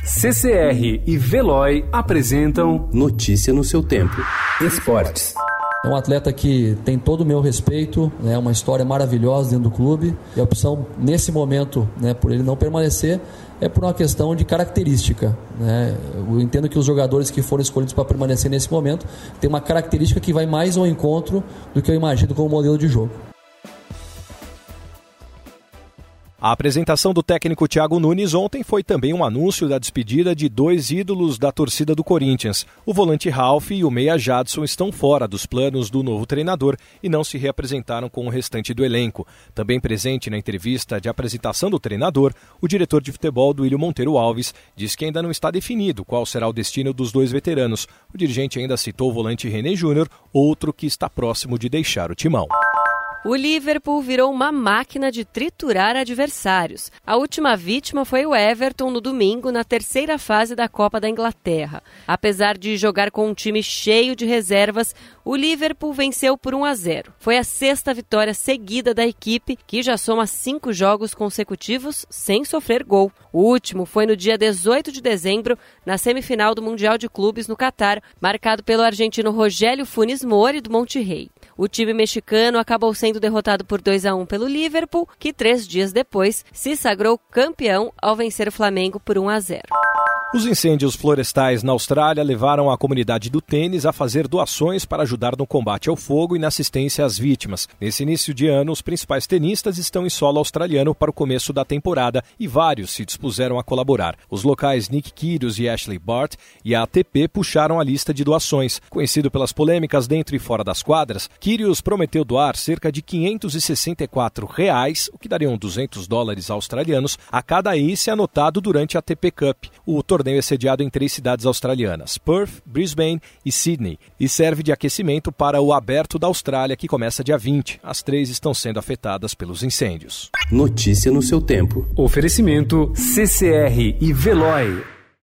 CCR e Veloy apresentam Notícia no seu tempo. Esportes. É um atleta que tem todo o meu respeito, né, uma história maravilhosa dentro do clube. E a opção, nesse momento, né, por ele não permanecer, é por uma questão de característica. Né? Eu entendo que os jogadores que foram escolhidos para permanecer nesse momento têm uma característica que vai mais ao encontro do que eu imagino como modelo de jogo. A apresentação do técnico Thiago Nunes ontem foi também um anúncio da despedida de dois ídolos da torcida do Corinthians. O volante Ralf e o meia Jadson estão fora dos planos do novo treinador e não se reapresentaram com o restante do elenco. Também presente na entrevista de apresentação do treinador, o diretor de futebol Duílio Monteiro Alves diz que ainda não está definido qual será o destino dos dois veteranos. O dirigente ainda citou o volante René Júnior, outro que está próximo de deixar o timão. O Liverpool virou uma máquina de triturar adversários. A última vítima foi o Everton no domingo, na terceira fase da Copa da Inglaterra. Apesar de jogar com um time cheio de reservas, o Liverpool venceu por 1-0. Foi a 6ª vitória seguida da equipe, que já soma 5 jogos consecutivos sem sofrer gol. O último foi no dia 18 de dezembro, na semifinal do Mundial de Clubes no Catar, marcado pelo argentino Rogério Funes Mori do Monterrey. O time mexicano acabou sendo derrotado por 2-1 pelo Liverpool, que 3 dias depois se sagrou campeão ao vencer o Flamengo por 1-0. Os incêndios florestais na Austrália levaram a comunidade do tênis a fazer doações para ajudar no combate ao fogo e na assistência às vítimas. Nesse início de ano, os principais tenistas estão em solo australiano para o começo da temporada e vários se dispuseram a colaborar. Os locais Nick Kyrgios e Ashley Bart e a ATP puxaram a lista de doações. Conhecido pelas polêmicas dentro e fora das quadras, Kyrgios prometeu doar cerca de R$564, o que dariam $200 australianos, a cada ace anotado durante a ATP Cup. O torneio é sediado em 3 cidades australianas, Perth, Brisbane e Sydney, e serve de aquecimento para o Aberto da Austrália, que começa dia 20. As 3 estão sendo afetadas pelos incêndios. Notícia no seu tempo. Oferecimento CCR e Veloy.